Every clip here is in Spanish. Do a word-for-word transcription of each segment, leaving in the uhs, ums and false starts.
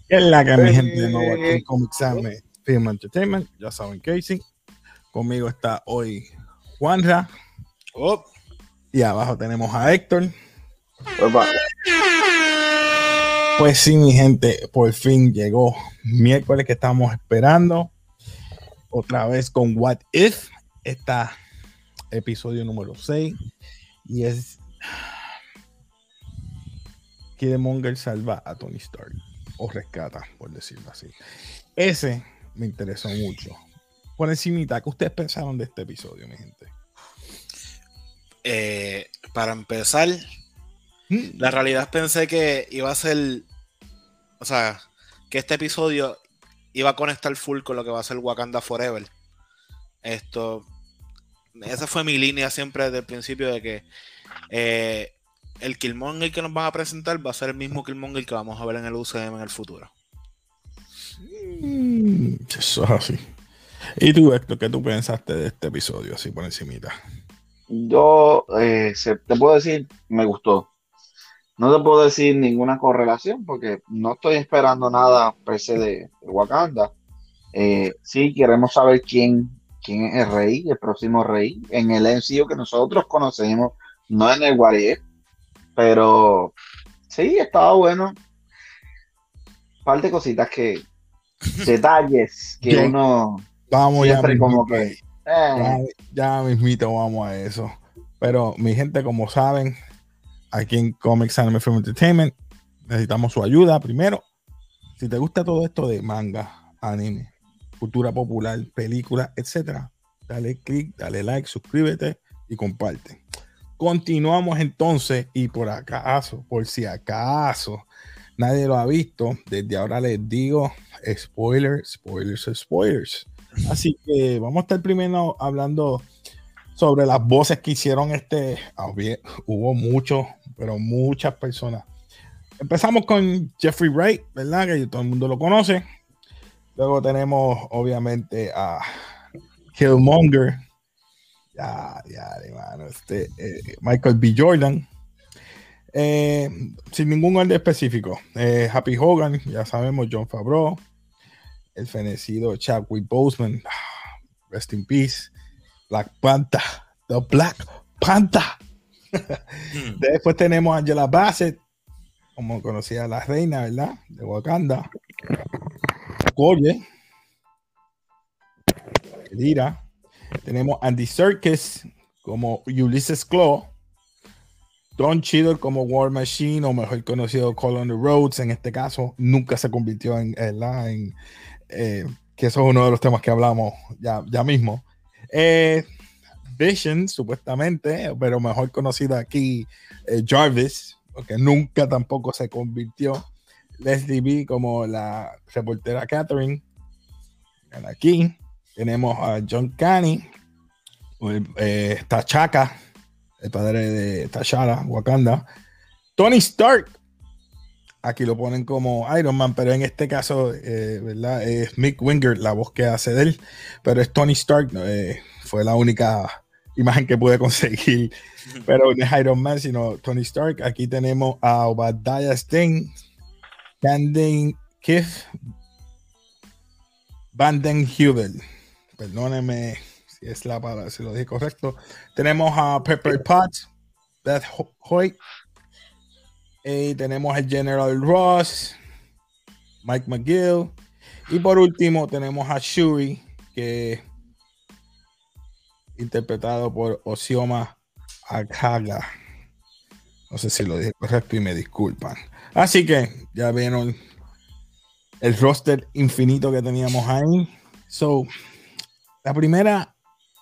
Es la que mi gente de nuevo aquí en Comic Examen Film Entertainment. Ya saben, Casey. Conmigo está hoy Juanra. Oh. Y abajo tenemos a Héctor. Opa. Pues sí, mi gente, por fin llegó miércoles que estamos esperando. Otra vez con What If. Está episodio número seis. Y es Killmonger salva a Tony Stark. O rescata, por decirlo así. Ese me interesó mucho. Por encimita, ¿qué ustedes pensaron de este episodio, mi gente? Eh, para empezar, ¿Mm? la realidad pensé que iba a ser, o sea, que este episodio iba a conectar full con lo que va a ser Wakanda Forever. Esto, esa fue mi línea siempre desde el principio de que eh, el Killmonger que nos van a presentar va a ser el mismo Killmonger que vamos a ver en el U C M en el futuro. Mm, eso es así. ¿Y tú, Héctor, qué tú pensaste de este episodio así por encimita? Yo eh, se, te puedo decir, me gustó. No te puedo decir ninguna correlación porque no estoy esperando nada per se de, de Wakanda. Eh, sí, queremos saber quién, quién es el rey, el próximo rey, en el M C U que nosotros conocemos, no en el What If, pero sí, estaba bueno. Par de cositas que, detalles que Bien. uno Vamos siempre ya como que... Eh. Ya, ya mismito vamos a eso. Pero mi gente, como saben, aquí en Comics Anime Film Entertainment necesitamos su ayuda. Primero, si te gusta todo esto de manga, anime, cultura popular, películas, etcétera, dale click, dale like, suscríbete y comparte. Continuamos entonces, y por acaso, por si acaso nadie lo ha visto, desde ahora les digo spoilers, spoilers, spoilers. Así que vamos a estar primero hablando sobre las voces que hicieron este. Hubo muchos, pero muchas personas. Empezamos con Jeffrey Wright, ¿verdad? Que todo el mundo lo conoce. Luego tenemos, obviamente, a Killmonger. Ya, ya, hermano. Este, eh, Michael B. Jordan. Eh, sin ningún orden específico. Eh, Happy Hogan, ya sabemos, Jon Favreau. El fenecido Chadwick Boseman, rest in peace. Black Panther, the Black Panther. Después tenemos a Angela Bassett, como conocía la reina, ¿verdad? De Wakanda. Oye, Elira. Tenemos Andy Serkis como Ulysses Claw. Don Cheadle como War Machine, o mejor conocido Call on the Roads. En este caso, nunca se convirtió en, en, en eh, que eso es uno de los temas que hablamos ya, ya mismo. Eh, Vision, supuestamente, pero mejor conocido aquí, eh, Jarvis, porque nunca tampoco se convirtió. Leslie B como la reportera Catherine. Aquí tenemos a John Canny, eh, T'Chaka, el padre de T'Challa, Wakanda. Tony Stark, aquí lo ponen como Iron Man, pero en este caso, eh, ¿verdad? Es Mick Winger la voz que hace de él, pero es Tony Stark, eh, fue la única imagen que pude conseguir, pero no es Iron Man, sino Tony Stark. Aquí tenemos a Obadiah Stane, Canden Keith Vanden Heuvel, perdónenme si es la palabra, si lo dije correcto. Tenemos a Pepper Potts, Beth Hoyt, y tenemos al General Ross, Mike McGill, y por último tenemos a Shuri, que interpretado por Osioma Akaga. No sé si lo dije correcto y me disculpan. Así que ya vieron el roster infinito que teníamos ahí. So, la primera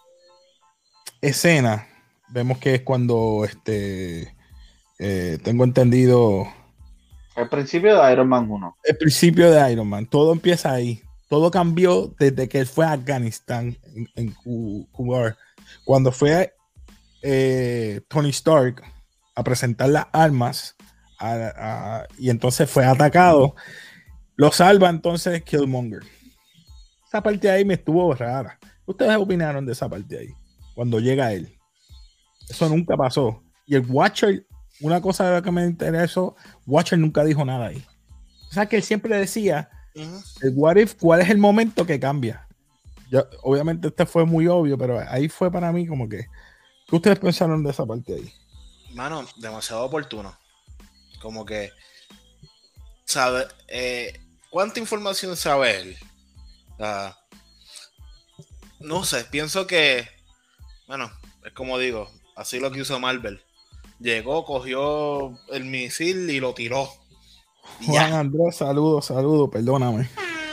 escena vemos que es cuando este eh, tengo entendido el principio de Iron Man uno. El principio de Iron Man. Todo empieza ahí. Todo cambió desde que él fue a Afganistán en, en Cuba. Cuando fue eh, Tony Stark a presentar las armas a, a, y entonces fue atacado, lo salva entonces Killmonger. Esa parte ahí me estuvo rara. ¿Ustedes opinaron de esa parte ahí? Cuando llega él. Eso nunca pasó. Y el Watcher, una cosa de la que me interesó, Watcher nunca dijo nada ahí. O sea, que él siempre decía, Ujú. el what if, ¿cuál es el momento que cambia? Yo, obviamente este fue muy obvio, pero ahí fue para mí como que, ¿qué ustedes pensaron de esa parte ahí? Mano, demasiado oportuno. Como que, ¿sabe? Eh, ¿cuánta información sabe él? O sea, no sé, pienso que, bueno, es como digo, así lo que hizo Marvel. Llegó, cogió el misil y lo tiró. Y Juan ya. Andrés, saludos, saludos, perdóname.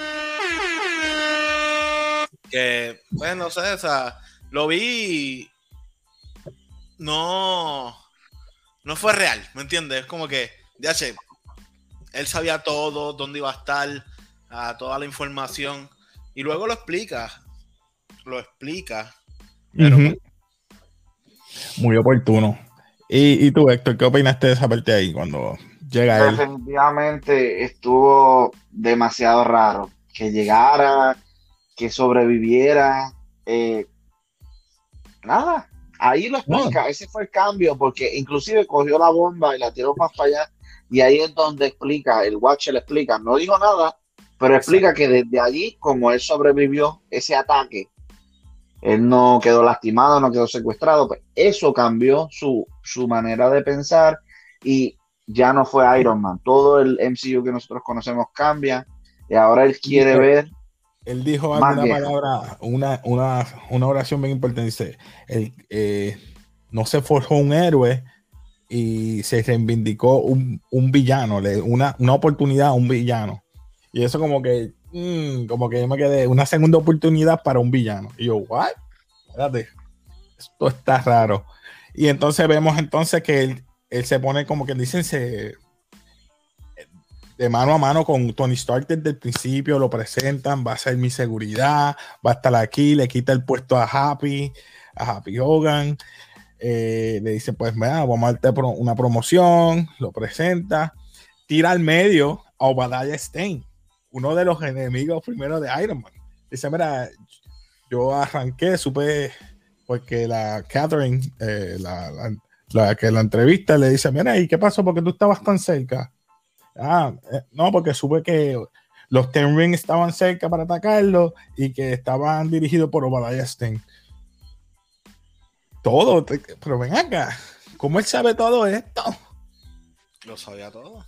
Que, pues, no sé, o sea, lo vi y no, no fue real, ¿me entiendes? Es como que, ya sé, él sabía todo, dónde iba a estar, a toda la información, y luego lo explica, lo explica, pero Uh-huh. Muy oportuno. ¿Y, y tú, Héctor, qué opinaste de esa parte ahí cuando llega él? Definitivamente estuvo demasiado raro que llegara, que sobreviviera. eh, Nada, ahí lo No, explica. Ese fue el cambio, porque inclusive cogió la bomba y la tiró más para allá. Y ahí es donde explica, el Watcher le explica, no dijo nada, pero explica que desde allí, como él sobrevivió ese ataque, él no quedó lastimado, no quedó secuestrado, pues eso cambió su, su manera de pensar y ya no fue Iron Man. Todo el M C U que nosotros conocemos cambia y ahora él quiere ver él dijo más alguna guerra. palabra, una, una, una oración bien importante. Dice, él, eh, no se forjó un héroe y se reivindicó un, un villano, le, una, una oportunidad a un villano. Y eso como que, mm, como que yo me quedé, una segunda oportunidad para un villano. Y yo, ¿what? Espérate, esto está raro. Y entonces vemos entonces que él, él se pone como que dicen, se, de mano a mano con Tony Stark desde el principio, lo presentan, va a ser mi seguridad, va a estar aquí, le quita el puesto a Happy, a Happy Hogan, eh, le dice, pues mira, vamos a darte pro una promoción, lo presenta, tira al medio a Obadiah Stane, uno de los enemigos primero de Iron Man. Dice, mira, yo arranqué, supe, porque la Catherine, eh, la, la, la que la entrevista le dice, mira, ¿y qué pasó? Porque tú estabas tan cerca. Ah, eh, no, porque supe que los Ten Rings estaban cerca para atacarlo y que estaban dirigidos por Obadiah Stane. Todo, te, pero ven acá, ¿cómo él sabe todo esto? Lo sabía todo.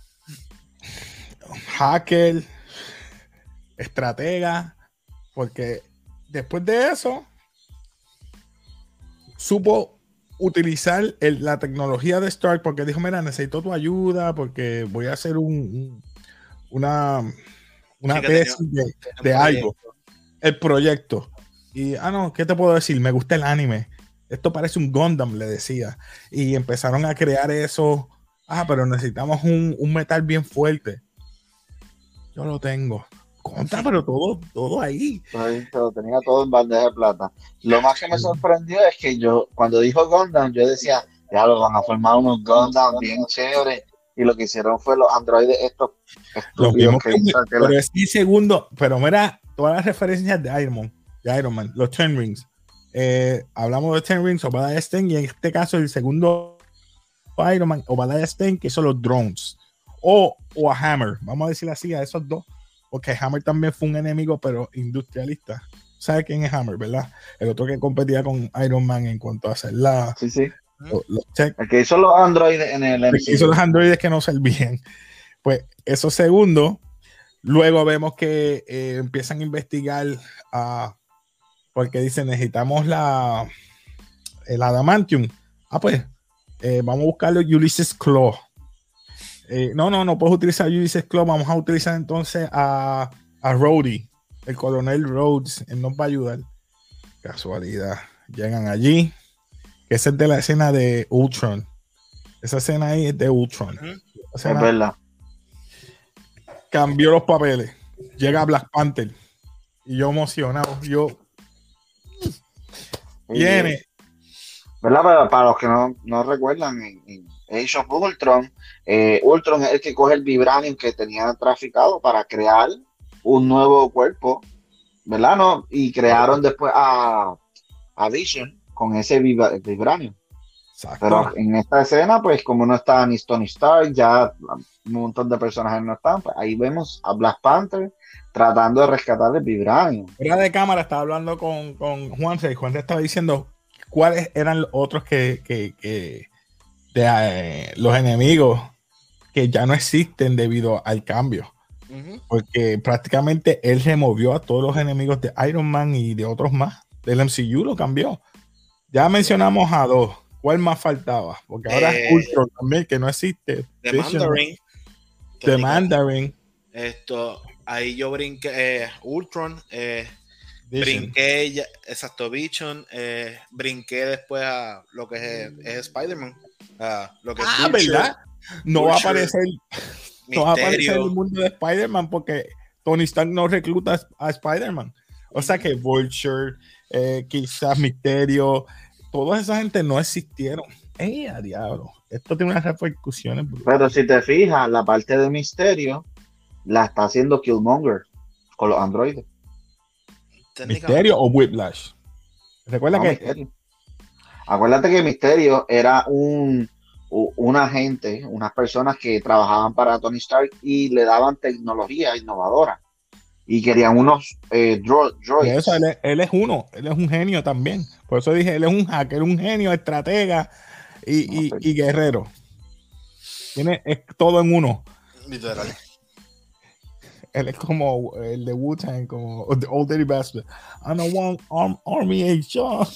Hacker, estratega, porque después de eso supo utilizar el, la tecnología de Stark porque dijo, mira, necesito tu ayuda porque voy a hacer un, un, una, una Sí, que tesis tenía, de, tenía un de algo, proyecto. el proyecto. Y, ah, no, ¿qué te puedo decir? Me gusta el anime. Esto parece un Gundam, le decía. Y empezaron a crear eso. Ah, pero necesitamos un, un metal bien fuerte. Yo lo tengo. Contra, pero todo, todo ahí. Ahí se lo tenía todo en bandeja de plata. Lo más que me sorprendió es que yo, cuando dijo Gundam, yo decía, ya lo van a formar unos Gundam bien chéveres. Y lo que hicieron fue los androides estos Los estúpidos mismos que que, hizo que la... pero es mi segundo. Pero mira, todas las referencias de Iron Man, de Iron Man, los Ten Rings. Eh, hablamos de Ten Rings, Obadiah Stane, y en este caso el segundo Iron Man, Obadiah Stane, que son los drones. O, o a Hammer, vamos a decir así, a esos dos. Porque Hammer también fue un enemigo, pero industrialista. ¿Sabe quién es Hammer, verdad? El otro que competía con Iron Man en cuanto a hacer la, Sí, sí. los, los tech. El que hizo los androides en el M C U. Hizo los androides que no servían. Pues esos segundos, luego vemos que eh, empiezan a investigar, uh, porque dicen, necesitamos la, el adamantium. Ah, pues, eh, vamos a buscarlo Ulysses Claw. Eh, no, no, no puedes utilizar Ulysses Claw, vamos a utilizar entonces a, a Rhodey, el coronel Rhodes, él nos va a ayudar. Casualidad, llegan allí, que esa es de la escena de Ultron. Esa escena ahí es de Ultron. Uh-huh. Es verdad. Cambió los papeles. Llega Black Panther. Y yo emocionado. Yo. Viene. ¿Verdad? Para, para los que no, no recuerdan, en, en Age of Ultron, eh, Ultron es el que coge el vibranium que tenía traficado para crear un nuevo cuerpo, ¿verdad? ¿No? Y crearon después a, a Vision con ese vibra, vibranium. Exacto. Pero en esta escena, pues como no está ni Tony Stark, ya un montón de personajes no están, pues ahí vemos a Black Panther tratando de rescatar el Vibranium. Fuera de cámara estaba hablando con, con Juanse y Juanse estaba diciendo cuáles eran los otros que, que, que de, eh, los enemigos que ya no existen debido al cambio. Uh-huh. Porque prácticamente él removió a todos los enemigos de Iron Man y de otros más. Del M C U lo cambió. Ya mencionamos a dos. ¿Cuál más faltaba? Porque ahora eh, es Ultron también, que no existe. The Mandarin. The Mandarin. Esto, ahí yo brinqué eh, Ultron, eh, brinqué, ya, exacto, Vision, eh, brinqué después a lo que es, es Spider-Man. Uh, lo que ah, es Vulture, ¿verdad? No Vulture, va a aparecer, no va a aparecer el mundo de Spider-Man porque Tony Stark no recluta a Spider-Man. O sea que Vulture, eh, quizás Misterio, toda esa gente no existieron. ¡Eh, a diablo! Esto tiene unas repercusiones. Pero si te fijas, la parte de Misterio la está haciendo Killmonger con los androides. ¿Misterio o Whiplash? Recuerda no, que. Misterio. Acuérdate que Misterio era un, un agente, unas personas que trabajaban para Tony Stark y le daban tecnología innovadora. Y querían unos eh, dro droids. Eso, él, es, él es uno, él es un genio también. Por eso dije, él es un hacker, un genio, estratega y, no, y, pero... y guerrero. Tiene es todo en uno. Literal. Él es como el de Wu-Tang, como The Old Dirty Bastard. I don't want arm, Army H R.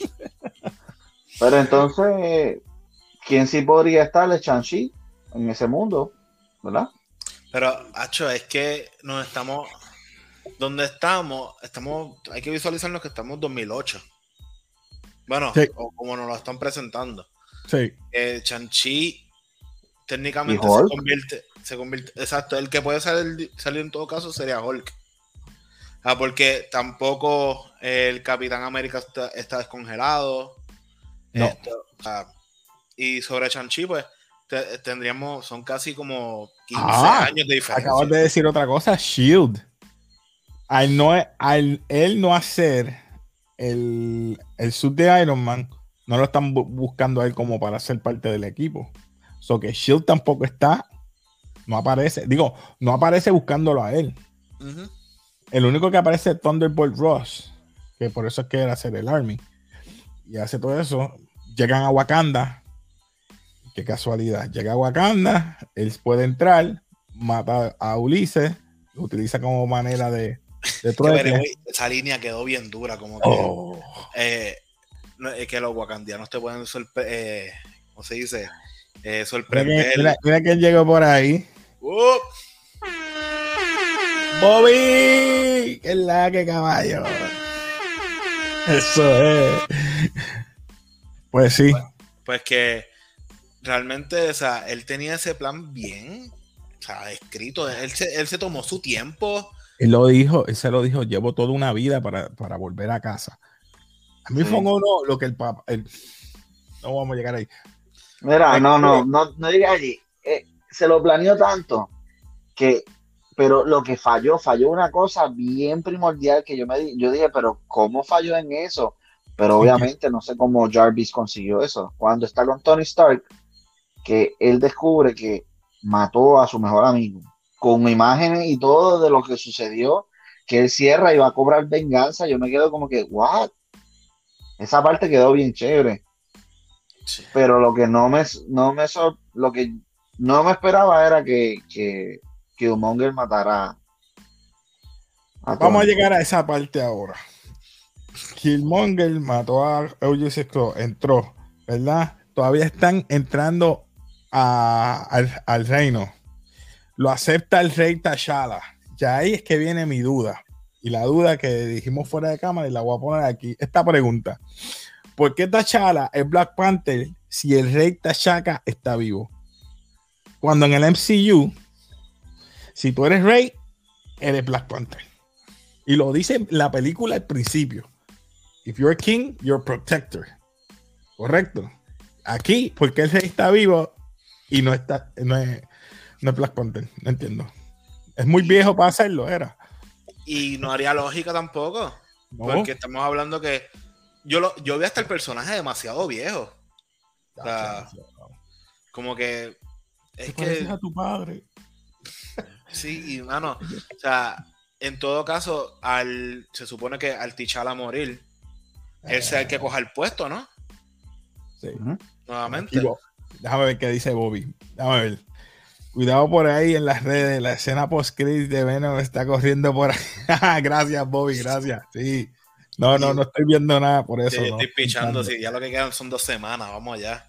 Pero entonces, ¿quién sí podría estar? Es Shang-Chi en ese mundo, ¿verdad? Pero, Acho, es que nos estamos... Donde estamos, estamos, hay que visualizarnos que estamos en dos mil ocho. Bueno, sí. O como nos lo están presentando. Sí. Eh, Shang-Chi técnicamente se convierte, se convierte, exacto, el que puede salir, salir en todo caso sería Hulk. Ah, porque tampoco eh, el Capitán América está, está descongelado. No. Esto, ah, y sobre Shang-Chi, pues te, tendríamos, son casi como quince ah, años de diferencia. Acabas de decir otra cosa, Shield. Al, no, al él no hacer el, el sub de Iron Man, no lo están bu buscando a él como para ser parte del equipo. So que Shield tampoco está, no aparece, digo, no aparece buscándolo a él. Uh-huh. El único que aparece es Thunderbolt Ross, que por eso es que era hacer el Army. Y hace todo eso, llegan a Wakanda. Qué casualidad, llega a Wakanda, él puede entrar, mata a Ulises, lo utiliza como manera de De pero, esa línea quedó bien dura, como que, oh. eh, no, es que los wakandianos te pueden sorprender, eh, ¿cómo se dice? Eh, sorprender. Mira, mira quién llegó por ahí. Uh. Bobby, que es la que caballo. Eso es. Pues sí. Pues, pues que realmente, o sea, él tenía ese plan bien, o sea, escrito. Él se, él se tomó su tiempo. Él lo dijo, él se lo dijo, llevo toda una vida para, para volver a casa. A mí sí. Fue uno lo que el papá, el, no vamos a llegar ahí. Mira, no, no, no, no llegué allí. Eh, se lo planeó tanto que, pero lo que falló, falló una cosa bien primordial que yo me di, yo dije, pero ¿cómo falló en eso? Pero obviamente no sé cómo Jarvis consiguió eso. Cuando está con Tony Stark, que él descubre que mató a su mejor amigo, con imágenes y todo de lo que sucedió, que él cierra y va a cobrar venganza, yo me quedo como que, what? Esa parte quedó bien chévere. Sí. Pero lo que no me, no me lo que no me esperaba era que, que, que Killmonger matara a Vamos a llegar a esa parte ahora. Killmonger mató a Ulysses Claw, entró, ¿verdad? Todavía están entrando a, al, al reino. Lo acepta el rey T'Challa. Ya ahí es que viene mi duda. Y la duda que dijimos fuera de cámara y la voy a poner aquí. Esta pregunta. ¿Por qué T'Challa es Black Panther si el rey T'Chaka está vivo? Cuando en el M C U, si tú eres rey, eres Black Panther. Y lo dice la película al principio. If you're a king, you're a protector. Correcto. Aquí, porque el rey está vivo y no está, no es, no es Black Panther. No entiendo. Es muy viejo para hacerlo, era. Y no haría lógica tampoco. No. Porque estamos hablando que yo, lo, yo vi hasta el personaje demasiado viejo. O sea, como que es que a tu padre. Sí, y mano, o sea, en todo caso, al se supone que al T'Challa morir, él sea el que coja el puesto, ¿no? Sí. Nuevamente. Aquí, déjame ver qué dice Bobby. Déjame ver. Cuidado por ahí en las redes. La escena post-credit de Venom está corriendo por ahí. Gracias, Bobby. Gracias. Sí. No, no, no estoy viendo nada por eso. Sí, no estoy pichando. Sí, ya lo que quedan son dos semanas. Vamos allá.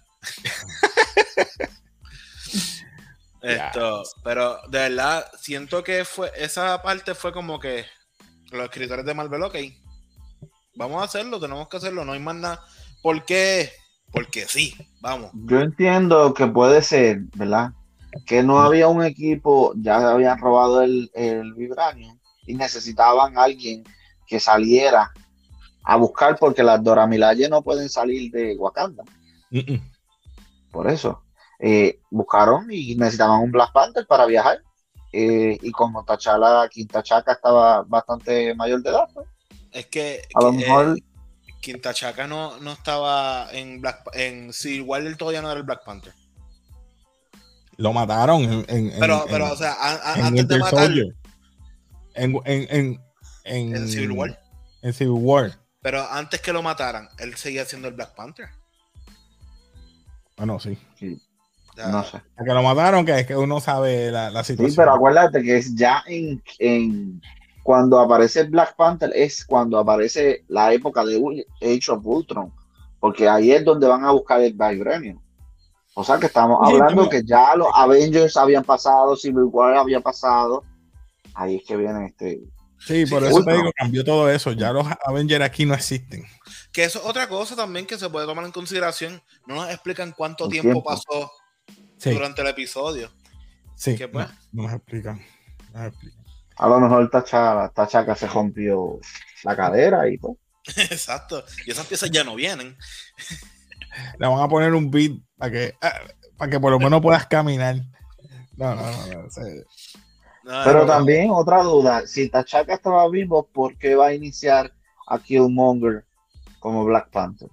Esto, pero de verdad, siento que fue esa parte fue como que los escritores de Marvel, ok, vamos a hacerlo, tenemos que hacerlo, no hay más nada. ¿Por qué? Porque sí, vamos. Yo entiendo que puede ser, ¿verdad? Que no había un equipo, ya habían robado el, el Vibranium y necesitaban a alguien que saliera a buscar porque las Dora Milaje no pueden salir de Wakanda. Uh-uh. Por eso. Eh, buscaron y necesitaban un Black Panther para viajar. Eh, y como T'Challa, Quintachaca estaba bastante mayor de edad, pues, es que, a lo que mejor eh, Quintachaca no, no estaba en Black en sí, igual él todavía no era el Black Panther. Lo mataron en, en Pero, en, pero en, o sea, a, a, en antes de Winter matar en, en, en, en, en Civil War. En Civil War. Pero antes que lo mataran, él seguía siendo el Black Panther. Bueno, sí. sí, Ya. no sé. A que lo mataron, que es que uno sabe la, la situación. Sí, pero acuérdate que es ya en, en cuando aparece Black Panther es cuando aparece la época de Age of Ultron, porque ahí es donde van a buscar el Vibranium. O sea que estamos Sí, hablando estamos... que ya los Avengers habían pasado, Civil War había pasado. Ahí es que viene este. Sí, por sí, eso Ultron. te digo, cambió todo eso. Ya los Avengers aquí no existen. Que eso es otra cosa también que se puede tomar en consideración. No nos explican cuánto El tiempo, tiempo. pasó Sí. durante el episodio. Sí, ¿Qué, pues? no, no nos explican. No nos explican. A lo mejor T'Challa, T'Chaka se rompió la cadera y pues. Exacto. Y esas piezas ya no vienen. Le van a poner un beat para que, ah, para que por lo menos puedas caminar. No, no, no. no, o sea, No, Pero no, también otra duda, si T'Chaka estaba vivo, ¿por qué va a iniciar a Killmonger como Black Panther?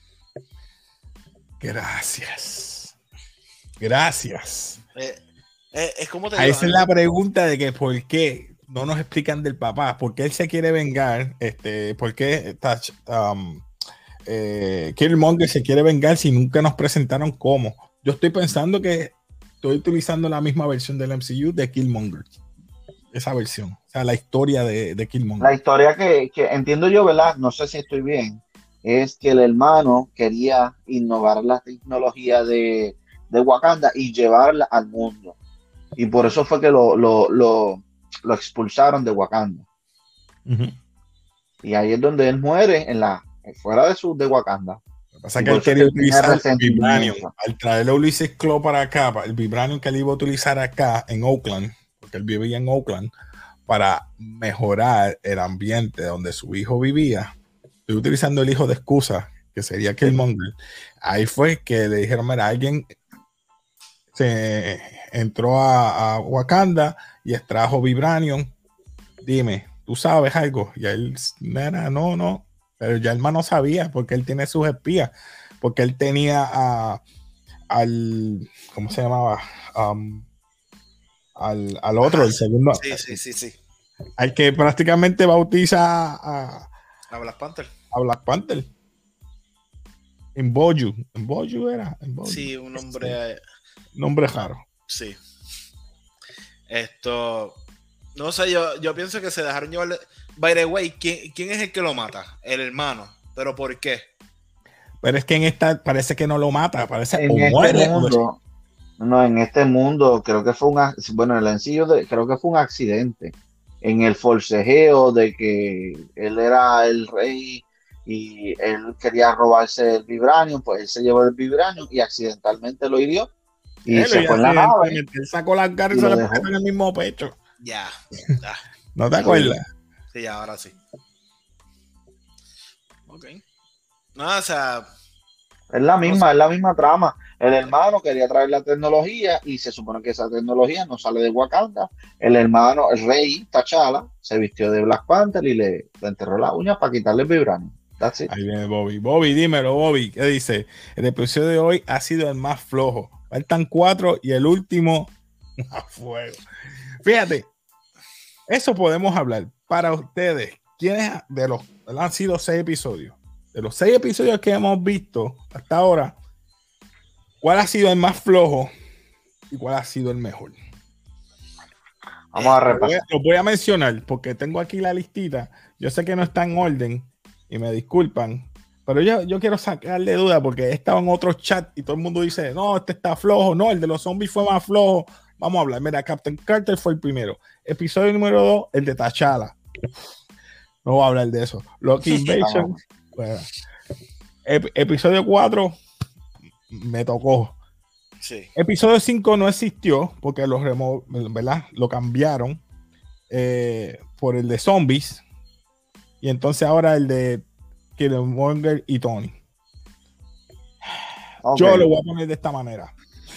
gracias. Gracias. eh, eh, es como te A digo. esa es la pregunta de que por qué no nos explican del papá, por qué él se quiere vengar, este, por qué Tach, um, eh, Killmonger se quiere vengar si nunca nos presentaron cómo. Yo estoy pensando que estoy utilizando la misma versión del M C U de Killmonger. Esa versión, o sea, la historia de, de Killmonger. La historia que, que entiendo yo, ¿verdad? No sé si estoy bien, es que el hermano quería innovar la tecnología de, de Wakanda y llevarla al mundo. Y por eso fue que lo, lo, lo, lo expulsaron de Wakanda. Uh-huh. Y ahí es donde él muere, en la, fuera de, su, de Wakanda. Lo que pasa es que él quería que utilizar el Vibranium. Al traerlo a Ulysses Claw para acá, el Vibranium que él iba a utilizar acá en Oakland, porque él vivía en Oakland, para mejorar el ambiente donde su hijo vivía. Estoy utilizando el hijo de excusa, que sería Killmonger. Ahí fue que le dijeron, mira, alguien se entró a, a Wakanda y extrajo Vibranium. Dime, ¿tú sabes algo? Y él, mira, no, no. Pero ya el hermano sabía, porque él tiene sus espías, porque él tenía a, al, ¿cómo se llamaba? Um, al, al otro, Ajá, el segundo. Sí, sí, sí, sí. Al que prácticamente bautiza a, A Black Panther. a Black Panther. En Boju. En Boju era. En Boju. Sí, un nombre. Sí. Nombre raro. Sí. Esto. No sé, yo, yo pienso que se dejaron llevar. By the way, ¿quién, ¿quién es el que lo mata? El hermano. ¿Pero por qué? Pero es que en esta parece que no lo mata. Parece En o este muere. mundo, no, en este mundo creo que fue un, bueno, el sencillo de, creo que fue un accidente. En el forcejeo de que él era el rey y él quería robarse el Vibranium, pues él se llevó el Vibranium y accidentalmente lo hirió y Él, se y fue en la nave. él sacó las garras y se le pusieron en el mismo pecho. Ya. ya. ¿No te acuerdas? Sí, ya, ahora sí. Ok. No, o sea. Es la misma, no sé. es la misma trama. El hermano quería traer la tecnología y se supone que esa tecnología no sale de Wakanda. El hermano, el rey T'Challa, se vistió de Black Panther y le, le enterró las uñas para quitarle el Vibranium. That's it. Ahí viene Bobby. Bobby, dímelo, Bobby. ¿Qué dice? El episodio de hoy ha sido el más flojo. Faltan cuatro y el último a fuego. Fíjate, eso podemos hablar. Para ustedes, ¿quiénes de los han sido seis episodios? De los seis episodios que hemos visto hasta ahora, ¿cuál ha sido el más flojo y cuál ha sido el mejor? Vamos a Lo voy repasar. a, lo voy a mencionar porque tengo aquí la listita. Yo sé que no está en orden y me disculpan, pero yo, yo quiero sacarle duda porque he estado en otros chats y todo el mundo dice, no, este está flojo, no, el de los zombies fue más flojo. Vamos a hablar. Mira, Captain Carter fue el primero. Episodio número dos, el de T'Challa. No voy a hablar de eso. Loki Invasion. Bueno. Ep- episodio cuatro me tocó. Sí. Episodio cinco no existió porque lo, remo- ¿verdad? Lo cambiaron eh, por el de zombies. Y entonces ahora el de Killmonger y Tony. Ok. Yo lo voy a poner de esta manera.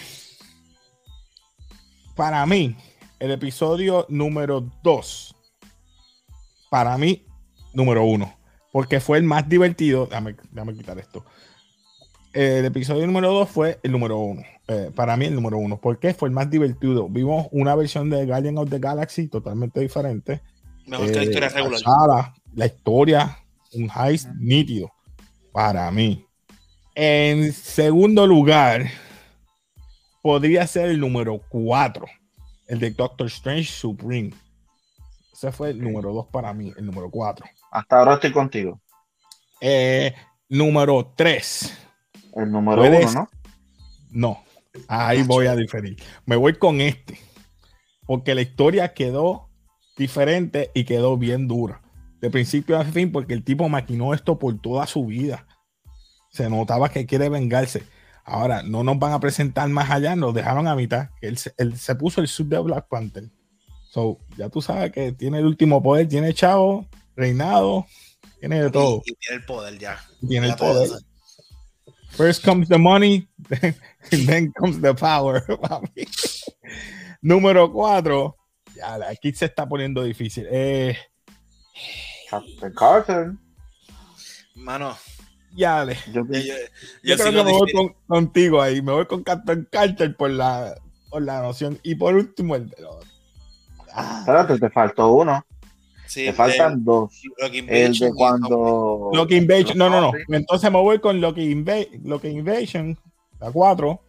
Para mí, el episodio número dos, para mí, número uno, porque fue el más divertido. Déjame, déjame quitar esto. El episodio número dos fue el número uno. Eh, para mí, el número uno. Porque fue el más divertido. Vimos una versión de Guardian of the Galaxy totalmente diferente. Mejor Eh, que la historia regular. T'Challa, la historia, un heist nítido. Para mí. En segundo lugar, podría ser el número cuatro, el de Doctor Strange Supreme. Ese fue el número dos para mí, el número cuatro. Hasta ahora estoy contigo. Eh, número tres. El número ¿Puedes? uno, ¿no? No, ahí voy a diferir. Me voy con este, porque la historia quedó diferente y quedó bien dura. De principio a fin, porque el tipo maquinó esto por toda su vida. Se notaba que quiere vengarse. Ahora, no nos van a presentar más allá, nos dejaron a mitad. Él, se- él se puso el suit de Black Panther. So, ya tú sabes que tiene el último poder, tiene chavo, reinado, tiene de todo. Y, y tiene el poder ya. Tiene Ya el te poder. digo. First comes the money, then, then comes the power. papi. Número cuatro. Ya, aquí se está poniendo difícil. Eh, Captain Carter. Mano, ya, le. Yo, yo, yo, Yo yo creo sí que lo me voy difí- con- contigo ahí. Me voy con Captain Carter por la, por la noción. Y por último, el de los. Ah, espérate, te faltó uno. sí, Te faltan el- dos. Loki El Invasion de y Zombie. cuando. Loki Invasion. No, no, no. Zombies. Entonces me voy con Loki, Inva- Loki Invasion. La cuatro.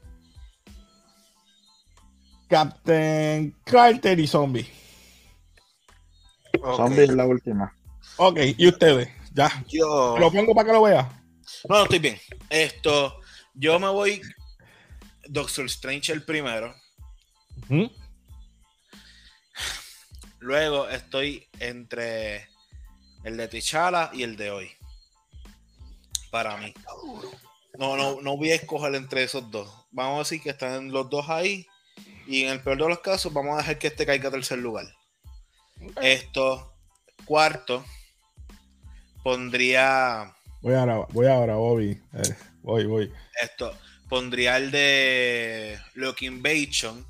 Captain Carter y Zombie. Ok. Zombie es la última. Ok, y ustedes. Ya. Yo. Lo pongo para que lo vea. No, no, estoy bien. Esto, yo me voy Doctor Strange el primero. Ujú. Luego estoy entre el de T'Challa y el de hoy. Para mí. No, no, no voy a escoger entre esos dos. Vamos a decir que están los dos ahí. Y en el peor de los casos, vamos a dejar que este caiga a tercer lugar. Esto, cuarto, pondría. Voy ahora, voy ahora, Bobby. Eh, voy, voy. Esto, pondría el de Loki Invasion.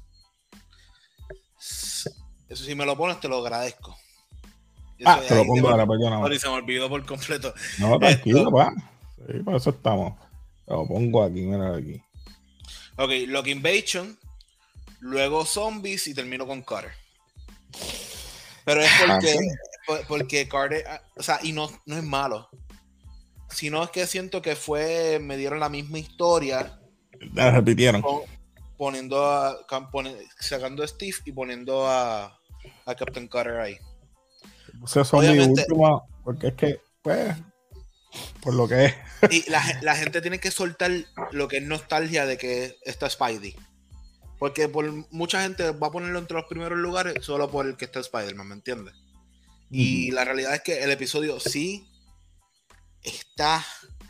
Eso si me lo pones, te lo agradezco. Eso, Ah, te lo ahí pongo me- ahora, perdóname. Sorry, se me olvidó por completo. No, tranquilo, Esto- pa. Sí, por eso estamos. Lo pongo aquí, mira aquí. Ok, Loki Invasion, luego Zombies y termino con Carter. Pero es porque, por- porque Carter, ah, o sea, y no, no es malo. Sino es que siento que fue, me dieron la misma historia, La repitieron. pon- poniendo a, cam- pone- sacando a Steve y poniendo a, a Captain Carter ahí. O sea, son mi Obviamente- última, porque es que, pues, por lo que es. Y la, gen- la gente tiene que soltar lo que es nostalgia de que está Spidey. Porque por mucha gente va a ponerlo entre los primeros lugares solo por el que está Spider-Man, ¿me entiendes? Y la realidad es que el episodio sí está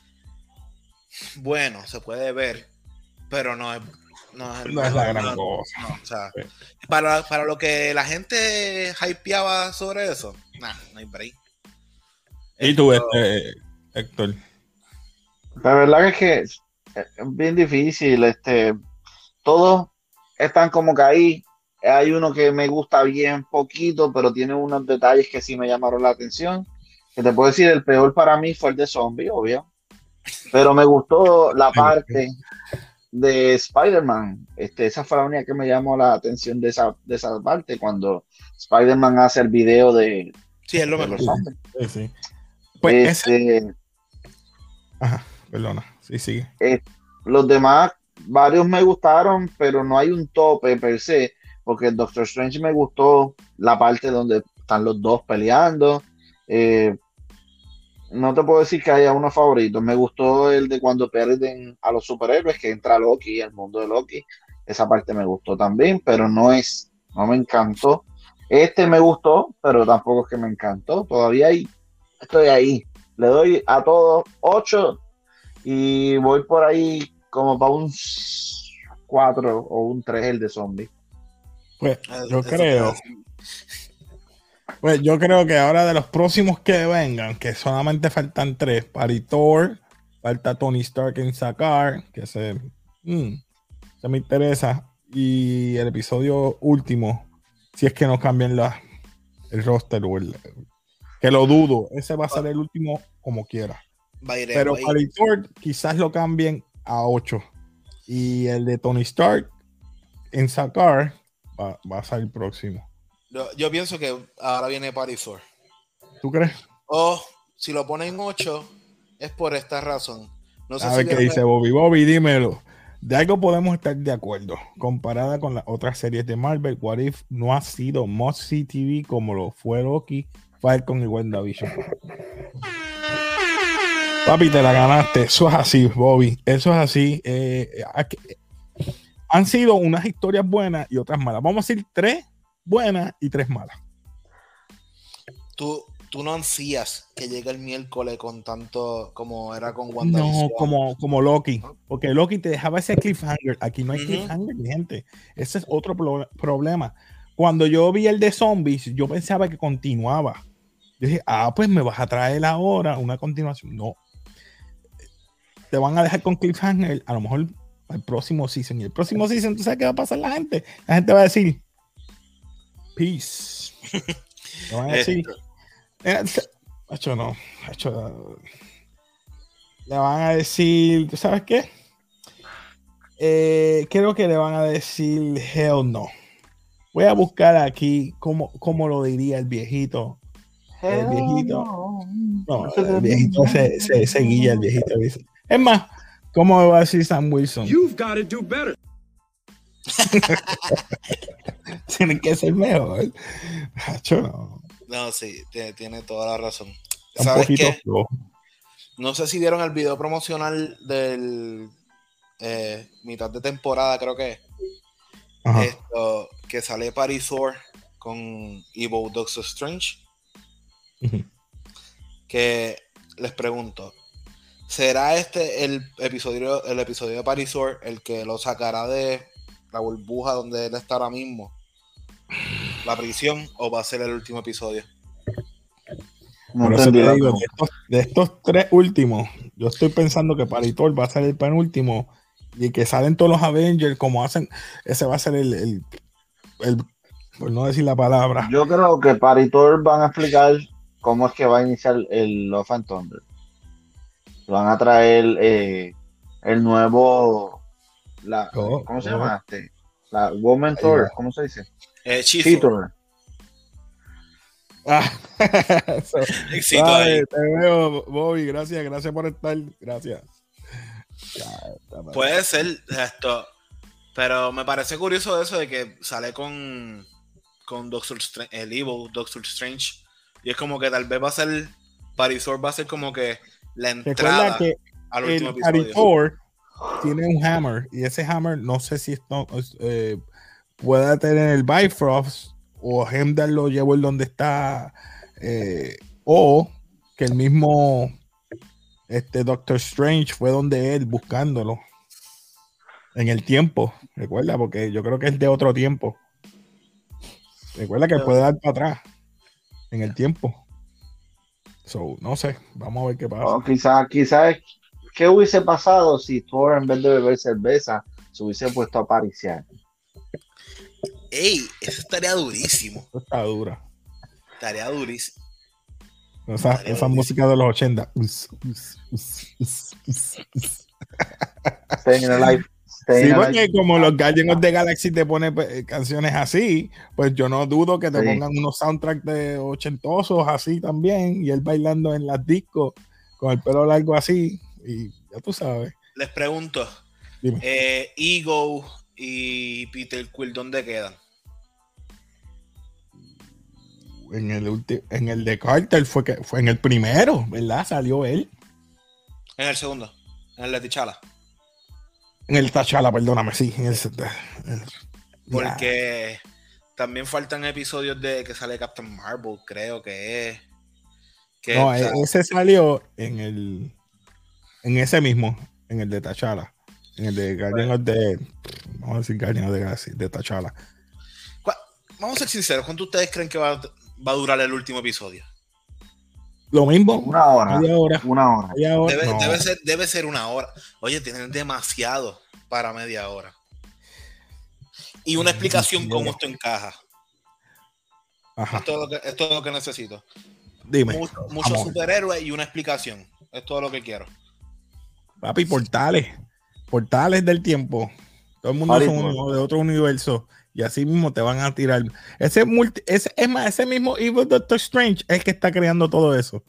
bueno, se puede ver, pero no es, no es, No es la gran no, cosa. no, o sea, Sí. para, para lo que la gente hypeaba sobre eso, nah, no hay break. Y tú, Esto- este, Héctor. La verdad es que es es bien difícil. Este, todos están como que ahí. Hay uno que me gusta bien poquito, pero tiene unos detalles que sí me llamaron la atención. que te puedo decir, el peor para mí fue el de zombie, obvio. Pero me gustó la parte de Spider-Man. Este, esa fue la única que me llamó la atención de esa, de esa parte, cuando Spider-Man hace el video de, Sí, es lo de mejor. los zombies. Sí, sí. Pues ese... Este, Ajá, perdona. Sí, sigue. eh, los demás, varios me gustaron, pero no hay un tope per se, porque el Doctor Strange me gustó la parte donde están los dos peleando. Eh, no te puedo decir que haya uno favorito. Me gustó el de cuando pierden a los superhéroes, que entra Loki, el mundo de Loki. Esa parte me gustó también, pero no es, no me encantó. Este me gustó, pero tampoco es que me encantó. Todavía ahí, estoy ahí. Le doy a todos ocho y voy por ahí como para un cuatro o un tres el de zombie. Pues yo Eso creo, pues yo creo que ahora de los próximos que vengan, que solamente faltan tres, Paritor, falta Tony Stark en sacar, que se, mm, se me interesa, y el episodio último, si es que no cambian la, el roster o el, que lo dudo, ese va a ser el último como quiera. Pero Paritor quizás lo cambien a ocho. Y el de Tony Stark en sacar va, va a ser el próximo. Yo, yo pienso que ahora viene Parisor. ¿Tú crees? O si lo ponen ocho, es por esta razón. No sé a si ver qué vieron dice el... Bobby. Bobby, dímelo. De algo podemos estar de acuerdo. Comparada con las otras series de Marvel, What If no ha sido must-see T V como lo fue Loki, Falcon y WandaVision. Papi, te la ganaste. Eso es así, Bobby. Eso es así. Eh, aquí, han sido unas historias buenas y otras malas. Vamos a decir tres buenas y tres malas. Tú, tú no ansías que llegue el miércoles con tanto como era con WandaVision. No, como, como Loki. Porque Loki te dejaba ese cliffhanger. Aquí no hay Uh-huh. cliffhanger, mi gente. Ese es otro pro- problema. Cuando yo vi el de zombies, yo pensaba que continuaba. Yo dije, ah, pues me vas a traer ahora una continuación. No. Te van a dejar con cliffhanger. A lo mejor el próximo season. Y el próximo season, ¿tú sabes qué va a pasar la gente? La gente va a decir, peace. Le van a decir, eh, hecho no, hecho, le van a decir, ¿tú sabes qué? Eh, creo que le van a decir hell no. Voy a buscar aquí cómo, cómo lo diría el viejito. El viejito. No, el viejito se, se, se guilla, el viejito dice. Es más, ¿cómo va a decir Sam Wilson? You've got to do better. Tiene que ser mejor. Hacho, no. No, sí, tiene, tiene toda la razón. Un ¿Sabes poquito qué? flojo. No sé si vieron el video promocional del eh, mitad de temporada, creo que es. Ajá. Esto, que sale Parisor con Evo Doctor Strange. Uh-huh. Que les pregunto, ¿será este el episodio, el episodio de Parisor el que lo sacará de la burbuja donde él está ahora mismo, la prisión, o va a ser el último episodio? No Por eso te entendí, digo, de estos, de estos tres últimos, yo estoy pensando que Paritor va a ser el penúltimo y que salen todos los Avengers como hacen, ese va a ser el, el, el por no decir la palabra. Yo creo que Paritor van a explicar cómo es que va a iniciar el Love and Thunder. Van a traer eh, el nuevo, la, Oh, ¿cómo se oh. llama este? La Woman Ahí Thor, va. ¿cómo se dice? Eh, She-Thor. Ah, eso. Éxito Dale, ahí. te veo, Bobby. Gracias, gracias por estar. Gracias. Puede ser esto, pero me parece curioso eso de que sale con, con Doctor Strange, el Evil Doctor Strange, y es como que tal vez va a ser, Parisor va a ser como que la entrada Recuerda que al último el episodio. Paritor tiene un hammer y ese hammer no sé si esto eh, pueda tener el Bifrost o Heimdall lo llevó el donde está eh, o que el mismo este Doctor Strange fue donde él buscándolo en el tiempo, recuerda, porque yo creo que es de otro tiempo. Recuerda que puede dar para atrás en el tiempo. So, no sé, vamos a ver qué pasa. O quizás, quizás, ¿qué hubiese pasado si Thor en vez de beber cerveza se hubiese puesto a pariciar? Ey, eso estaría durísimo. Esto está dura. Estaría durísimo. Esa, esa música de los ochenta. Us, us, us, us, us, us. Staying Alive. Staying Sí, Alive. porque como los Guardians of the Galaxy te ponen pues, canciones así, pues yo no dudo que te Sí. pongan unos soundtracks de ochentosos así también, y él bailando en las discos con el pelo largo así, y ya tú sabes. Les pregunto, Dime. eh, Ego y Peter Quill, ¿dónde quedan? En el ulti- en el de Carter fue que fue en el primero, ¿verdad? Salió él. En el segundo, en el de T'Challa. En el T'Challa, perdóname, sí. En el, el- Porque ya. También faltan episodios de que sale Captain Marvel, creo que es. Que no, o sea, ese salió en el en ese mismo, en el de T'Challa. En el de Guardian of the vamos a decir Guardian of the Galaxy, de T'Challa. Vamos a ser sinceros, ¿cuánto ustedes creen que va, va a durar el último episodio? Lo mismo. Una hora. Media hora. Una hora. Media hora. Debe, No. debe, ser, debe ser una hora. Oye, tienen demasiado para media hora. Y una explicación cómo esto encaja. Ajá. Es todo lo que, es todo lo que necesito. Dime. Mucho- Muchos superhéroes y una explicación. Es todo lo que quiero. Papi, portales. Portales del tiempo. Todo el mundo Harry son Potter. uno de otro universo. Y así mismo te van a tirar. Ese, multi, ese es más, ese mismo Evil Doctor Strange es el que está creando todo eso.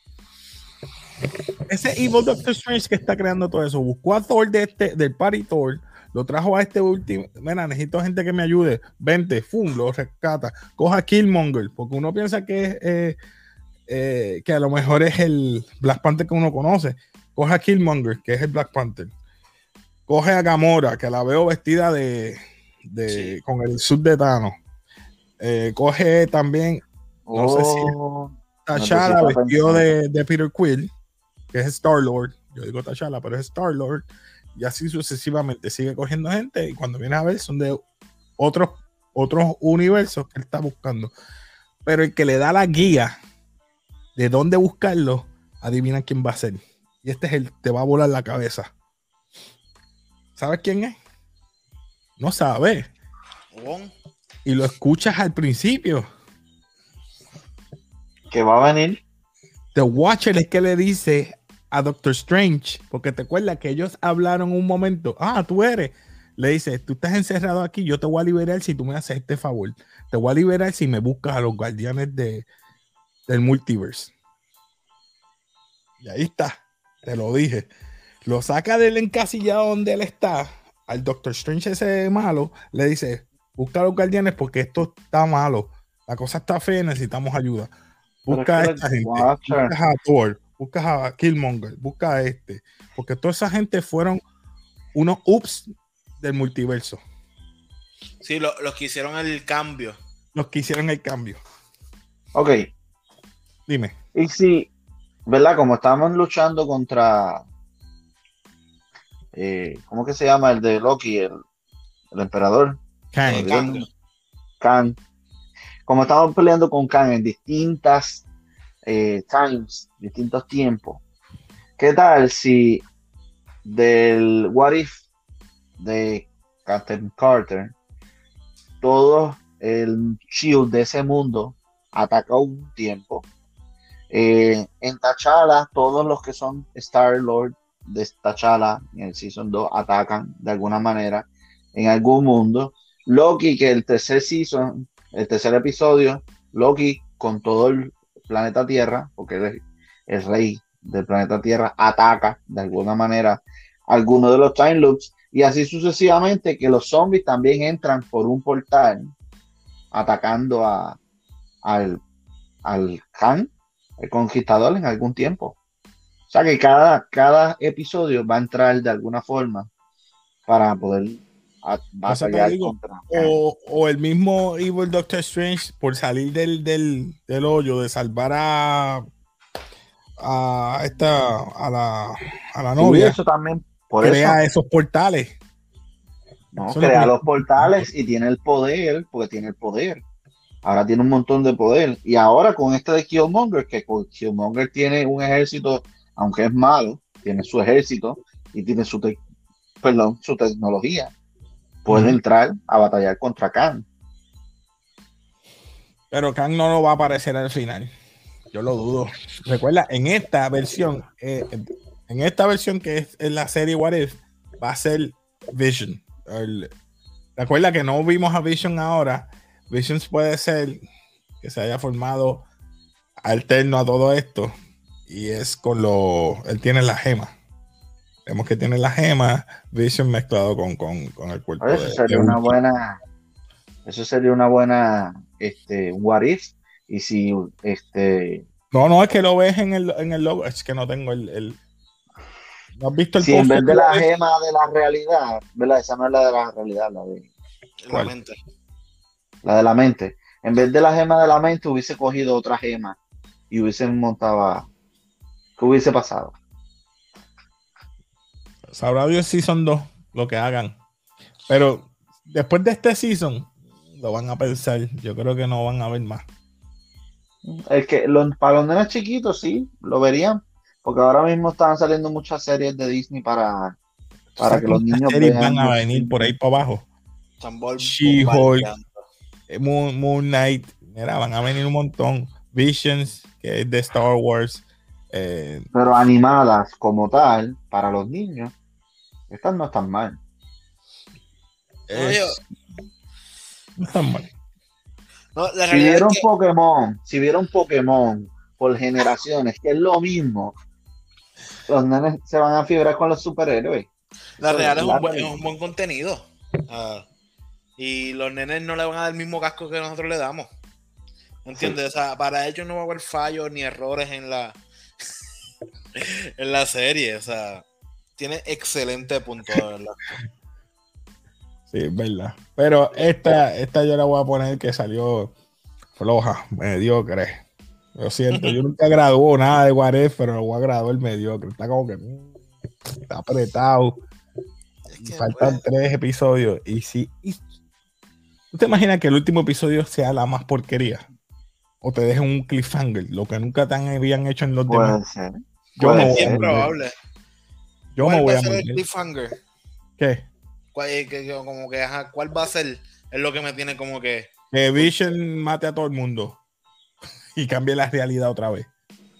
Ese Evil Doctor Strange que está creando todo eso. Buscó a Thor de este, del Party Thor. Lo trajo a este último. Mira, necesito gente que me ayude. Vente, fum, lo rescata. Coja a Killmonger. Porque uno piensa que es eh, eh, que a lo mejor es el Black Panther que uno conoce. Coge a Killmonger, que es el Black Panther. Coge a Gamora, que la veo vestida de, de Sí. con el sud de Thanos. Eh, coge también, no sé si Oh, T'Challa necesito vestido pensar. de, de Peter Quill, que es Star-Lord. Yo digo T'Challa, pero es Star-Lord. Y así sucesivamente sigue cogiendo gente. Y cuando viene a ver, son de otros, otros universos que él está buscando. Pero el que le da la guía de dónde buscarlo, adivina quién va a ser. Y este es el te va a volar la cabeza. ¿Sabes quién es? No sabes. Wong. Y lo escuchas al principio. Que va a venir. The Watcher es que le dice a Doctor Strange, porque te acuerdas que ellos hablaron un momento. Ah, tú eres. Le dice, tú estás encerrado aquí, yo te voy a liberar si tú me haces este favor. Te voy a liberar si me buscas a los guardianes de, del multiverse. Y ahí está. Te lo dije. Lo saca del encasillado donde él está. Al Doctor Strange ese malo, le dice, busca a los guardianes porque esto está malo. La cosa está fea y necesitamos ayuda. Busca a Pero es que esta el gente. Watcher- Busca a Thor. Busca a Killmonger. Busca a este. Porque toda esa gente fueron unos ups del multiverso. Sí, lo- los que hicieron el cambio. Los que hicieron el cambio. Ok. Dime. Y si, ¿verdad? Como estamos luchando contra. Eh, ¿cómo que se llama? El de Loki, el, el emperador. Kang. Me olvidé el Kang. nombre. Kang. Como estamos peleando con Kang en distintas eh, times, distintos tiempos. ¿Qué tal si del What If de Captain Carter, todo el shield de ese mundo ataca un tiempo? Eh, en T'Challa, todos los que son Star-Lord de T'Challa en el Season dos atacan de alguna manera en algún mundo. Loki, que el tercer season, el tercer episodio, Loki con todo el planeta Tierra, porque él es el rey del planeta Tierra, ataca de alguna manera alguno de los time loops, y así sucesivamente, que los zombies también entran por un portal atacando a, al, al Khan, el conquistador, en algún tiempo. O sea que cada, cada episodio va a entrar de alguna forma para poder a- batallar digo, contra Khan. O, o el mismo Evil Doctor Strange por salir del, del, del hoyo, de salvar a a esta a la, a la Y novia, eso también, por crea eso, esos portales. ¿no? Eso es lo Crea que- los portales y tiene el poder, porque tiene el poder. Ahora tiene un montón de poder. Y ahora con este de Killmonger, que con Killmonger tiene un ejército, aunque es malo, tiene su ejército y tiene su, te- perdón, su tecnología. Puede Ujú. entrar a batallar contra Khan. Pero Kang no lo va a aparecer al final. Yo Yo lo dudo. Recuerda, en esta versión, eh, en esta versión que es, es la serie What If, va a ser Vision. El, recuerda que no vimos a Vision ahora. Vision puede ser que se haya formado alterno a todo esto. Y es con lo. Él tiene la gema. Vemos que tiene la gema. Vision mezclado con, con, con el cuerpo. Oye, eso de, sería de una Ultron. buena. Eso sería una buena. Este, what if. Y si. Este. No, no, es que lo ves en el, en el logo. Es que no tengo el. el... ¿No has visto el Si en post? vez de la gema de la realidad. ¿Verdad? Esa no es la de la realidad, la de. La mente. La de la mente. En vez de la gema de la mente, hubiese cogido otra gema. Y hubiesen montado. ¿Qué hubiese pasado? Sabrá Dios Season dos, lo que hagan. Pero después de este Season, lo van a pensar. Yo creo que no van a ver más. Es que los, para los nenes chiquitos sí, lo verían. Porque ahora mismo están saliendo muchas series de Disney para, para ¿Sabes que los cuántas niños series vean. van a venir por ahí para abajo? Tambor, She-Hulk, bombardeando. Moon, Moon Knight. Mira, van a venir un montón. Visions, que es de Star Wars. Eh, Pero animadas como tal, para los niños, estas no están mal. No, es- yo- no están mal. no, la Si realidad vieron es que Pokémon, si vieron Pokémon por generaciones, que es lo mismo, los nenes se van a fibrar con los superhéroes. la Eso real es la un, buen, es realidad. un buen contenido. Ah, y los nenes no le van a dar el mismo casco que nosotros le damos. ¿Entiendes? O sea, para ellos no va a haber fallos ni errores en la en la serie. O sea, tiene excelente punto, de verdad. Sí, es verdad. Pero esta, esta yo la voy a poner que salió floja, mediocre. Lo siento, yo nunca graduó nada de What If, pero lo voy a graduar el mediocre. Está como que mm, está apretado. Es Y que, faltan pues, tres episodios. Y si. Y, ¿tú te imaginas que el último episodio sea la más porquería? O te dejen un cliffhanger, lo que nunca tan habían hecho en los Puede demás. ser. Yo me Puede voy a bien ser. morder. probable. Yo me ¿Cuál voy va a a ser el morder. cliffhanger? ¿Qué? ¿Cuál, que- que- como que, ajá, ¿cuál va a ser? Es lo que me tiene como que. Que Vision mate a todo el mundo y cambie la realidad otra vez.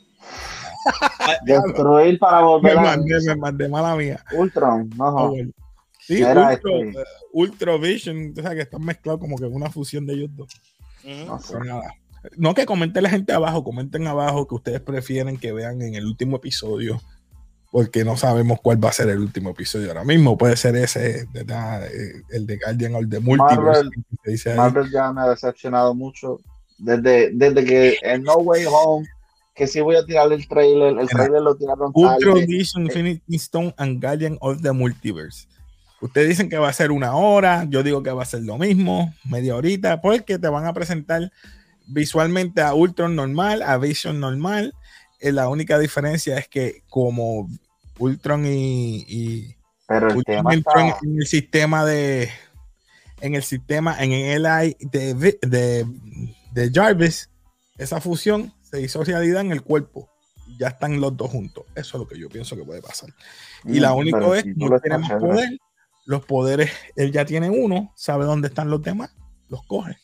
Destruir para Me volver a mandé, me mandé mala mía. Ultron, no, Ah, no. bueno. Sí, Mira, Ultra, este, eh, Ultra Vision, o sea, que están mezclados como que en una fusión de ellos dos. Ujú. no sé. Pero nada. No, que comenten la gente abajo, comenten abajo que ustedes prefieren que vean en el último episodio, porque no sabemos cuál va a ser el último episodio ahora mismo. Puede ser ese, ¿verdad? Eh, el de Guardian of the Multiverse. Marvel, que se dice ahí. Marvel ya me ha decepcionado mucho desde, desde que en No Way Home, que sí voy a tirarle el trailer, el Mira, trailer lo tiraron Ultra tarde. Vision, Eh, Infinity Stone and Guardian of the Multiverse. Ustedes dicen que va a ser una hora, yo digo que va a ser lo mismo, media horita, porque te van a presentar visualmente a Ultron normal, a Vision normal. Eh, la única diferencia es que como Ultron y, y pero el Ultron tema entró en, está, en el sistema de en el sistema, en el L I de, de, de Jarvis, esa fusión se hizo realidad en el cuerpo. Ya están los dos juntos. Eso es lo que yo pienso que puede pasar. Y la mm, única pero es el que título él tiene está más chévere. poder. Los poderes, él ya tiene uno, sabe dónde están los demás, los coge.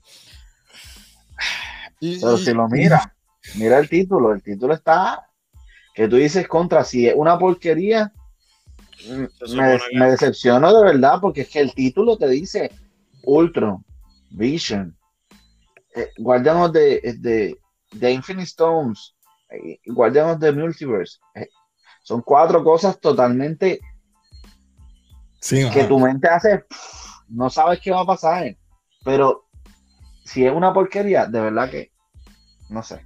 Y, Pero si lo mira, mira el título, el título está, que tú dices contra, si es una porquería, mm, Se me, supone que- me decepciono de verdad, porque es que el título te dice Ultron, Vision, eh, Guardian of the, the, the Infinite Stones, eh, Guardian of the Multiverse. eh, son cuatro cosas totalmente sí, que mano. tu mente hace, no sabes qué va a pasar, pero si es una porquería, de verdad que, no sé.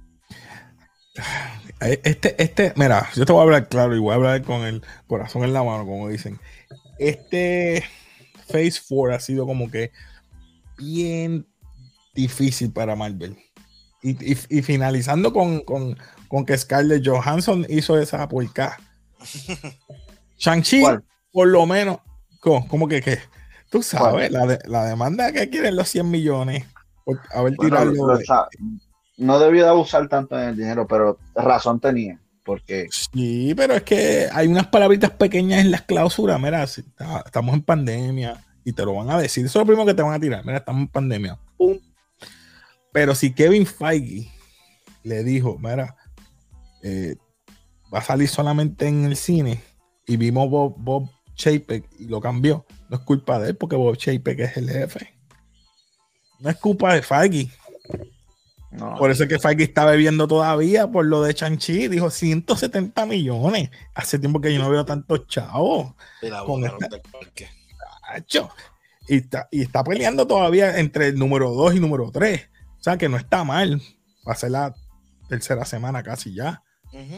Este, este, mira, yo te voy a hablar claro y voy a hablar con el corazón en la mano, como dicen. Este Phase cuatro ha sido como que bien difícil para Marvel. Y, y, y finalizando con, con, con que Scarlett Johansson hizo esa porca. Shang-Chi, ¿Cuál? por lo menos, ¿cómo, cómo que qué? Tú sabes, ¿Cuál? la, de, la demanda que quieren los cien millones por haber Bueno, tirado. lo- lo- no debió de abusar tanto en el dinero, pero razón tenía, porque Sí, pero es que hay unas palabritas pequeñas en las clausuras. Mira, si está- estamos en pandemia y te lo van a decir. Eso es lo primero que te van a tirar. Mira, estamos en pandemia. Pum. Pero si Kevin Feige le dijo, mira, eh, va a salir solamente en el cine, y vimos Bob, Bob Chapek y lo cambió. No es culpa de él, porque Bob Chapek es el jefe. No es culpa de Feige. No. Por eso es que Feige está bebiendo todavía por lo de Shang-Chi. Dijo ciento setenta millones. Hace tiempo que yo no veo tantos chavos. Y la Con botaron esta- del parque. Tacho. Y está, y está peleando todavía entre el número dos y número tres. O sea que no está mal. Va a ser la tercera semana casi ya. Ujú.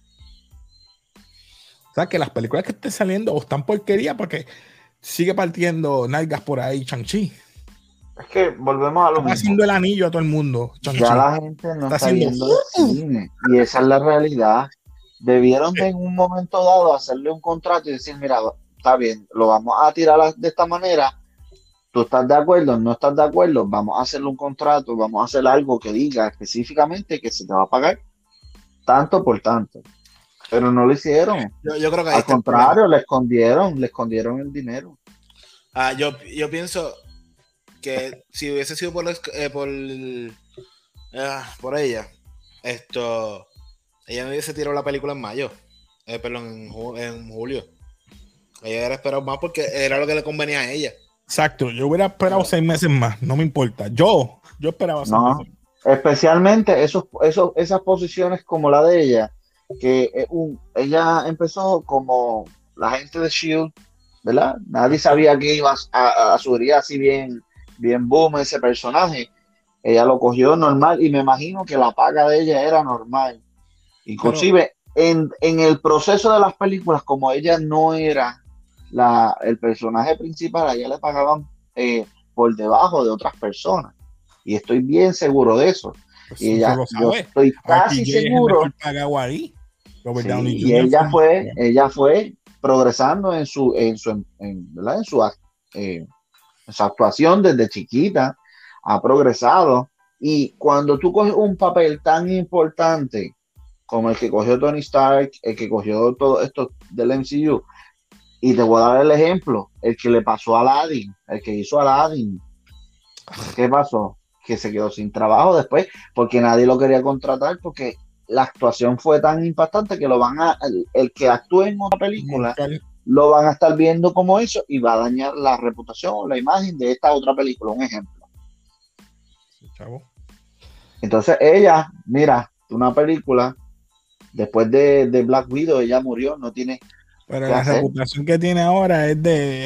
O sea que las películas que estén saliendo o están porquería porque sigue partiendo nalgas por ahí Shang-Chi. Es que volvemos a lo Está mismo. haciendo el anillo a todo el mundo. Ya Shang-Chi. la gente no Está está, haciendo- yendo al cine y esa es la realidad. Debieron de en un momento dado hacerle un contrato y decir, mira, está bien, lo vamos a tirar a- de esta manera. ¿Tú estás de acuerdo? ¿No estás de acuerdo? Vamos a hacerle un contrato, vamos a hacer algo que diga específicamente que se te va a pagar tanto por tanto. Pero no lo hicieron. Yo, yo creo que ahí Al está el contrario, problema. le escondieron, le escondieron el dinero. Ah, yo, yo pienso que si hubiese sido por, eh, por, ah, por ella, esto, ella me hubiese tirado la película en mayo, eh, perdón, en, ju- en julio. Ella hubiera esperado más porque era lo que le convenía a ella. Exacto. Yo hubiera esperado seis meses más. No me importa. Yo, yo esperaba seis No, meses. especialmente esos, esos, esas posiciones como la de ella, que eh, un- ella empezó como la gente de Shield, ¿verdad? Nadie sabía que iba a, a subir así bien, bien boom ese personaje. Ella lo cogió normal y me imagino que la paga de ella era normal. Inclusive en, en el proceso de las películas, como ella no era la, el personaje principal, a ella le pagaban eh, por debajo de otras personas. Y estoy bien seguro de eso. Pues Y tú ella, lo yo sabes. estoy casi R T J es el seguro. mejor pagado ahí. Robert Sí, Downey y junior ella fue, el- ella fue progresando en su, en su, en, ¿verdad? En su, eh, en su actuación desde chiquita, ha progresado. Y cuando tú coges un papel tan importante como el que cogió Tony Stark, el que cogió todo esto del M C U, y te voy a dar el ejemplo, el que le pasó a Aladdin, el que hizo Aladdin, ¿qué pasó? Que se quedó sin trabajo después porque nadie lo quería contratar porque la actuación fue tan impactante que lo van a, el, el que actúe en otra película lo van a estar viendo como eso y va a dañar la reputación o la imagen de esta otra película, un ejemplo. Chavo. Entonces ella, mira, una película, después de, de Black Widow, ella murió, no tiene Pero qué la hacer. reputación que tiene ahora es de.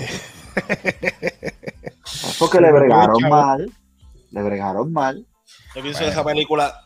Es porque le bregaron mal, le bregaron mal. Yo pienso Bueno. que esa película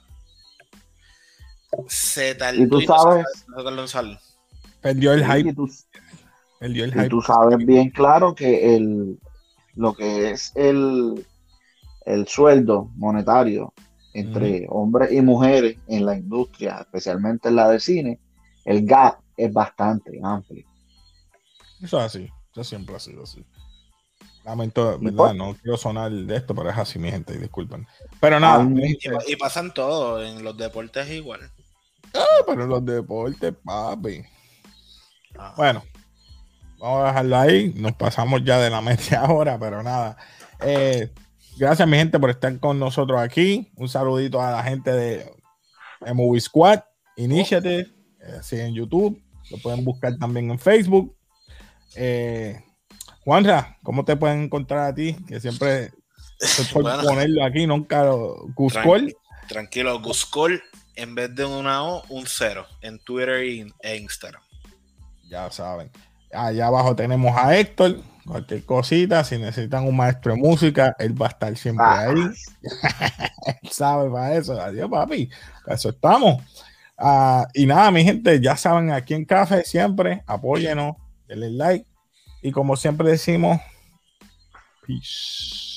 se tardó Y tú y no se sabes, tardó en lanzar. Perdió el sí, hype. y tú, Perdió el y hype. tú sabes bien claro que el, lo que es el, el sueldo monetario entre hombres y mujeres en la industria, especialmente en la de cine, el gap es bastante amplio. Eso es así. Eso siempre ha sido así. Lamento, Y ¿verdad? pues- No quiero sonar de esto, pero es así, mi gente, y disculpen. Pero nada, Al- mi Y, gente, y pasan todo, en los deportes igual. ah, pero los deportes, papi. Ah. Bueno, vamos a dejarlo ahí. Nos pasamos ya de la media hora, pero nada. Eh, gracias, mi gente, por estar con nosotros aquí. Un saludito a la gente de Movie Squad Initiative, eh, así en YouTube. Lo pueden buscar también en Facebook. Eh, Juanra, ¿cómo te pueden encontrar a ti? Que siempre estoy por Bueno. ponerlo aquí, nunca lo. Cuscol. Tranquilo, Guscol, en vez de una O, un cero en Twitter y- e Instagram. Ya saben. Allá abajo tenemos a Héctor. Cualquier cosita, si necesitan un maestro de música, él va a estar siempre Ah. ahí. Él sabe para eso. Adiós, papi. Para eso estamos. Ah, y nada, mi gente, ya saben, aquí en Café siempre, apóyenos, denle like. Y como siempre decimos, peace.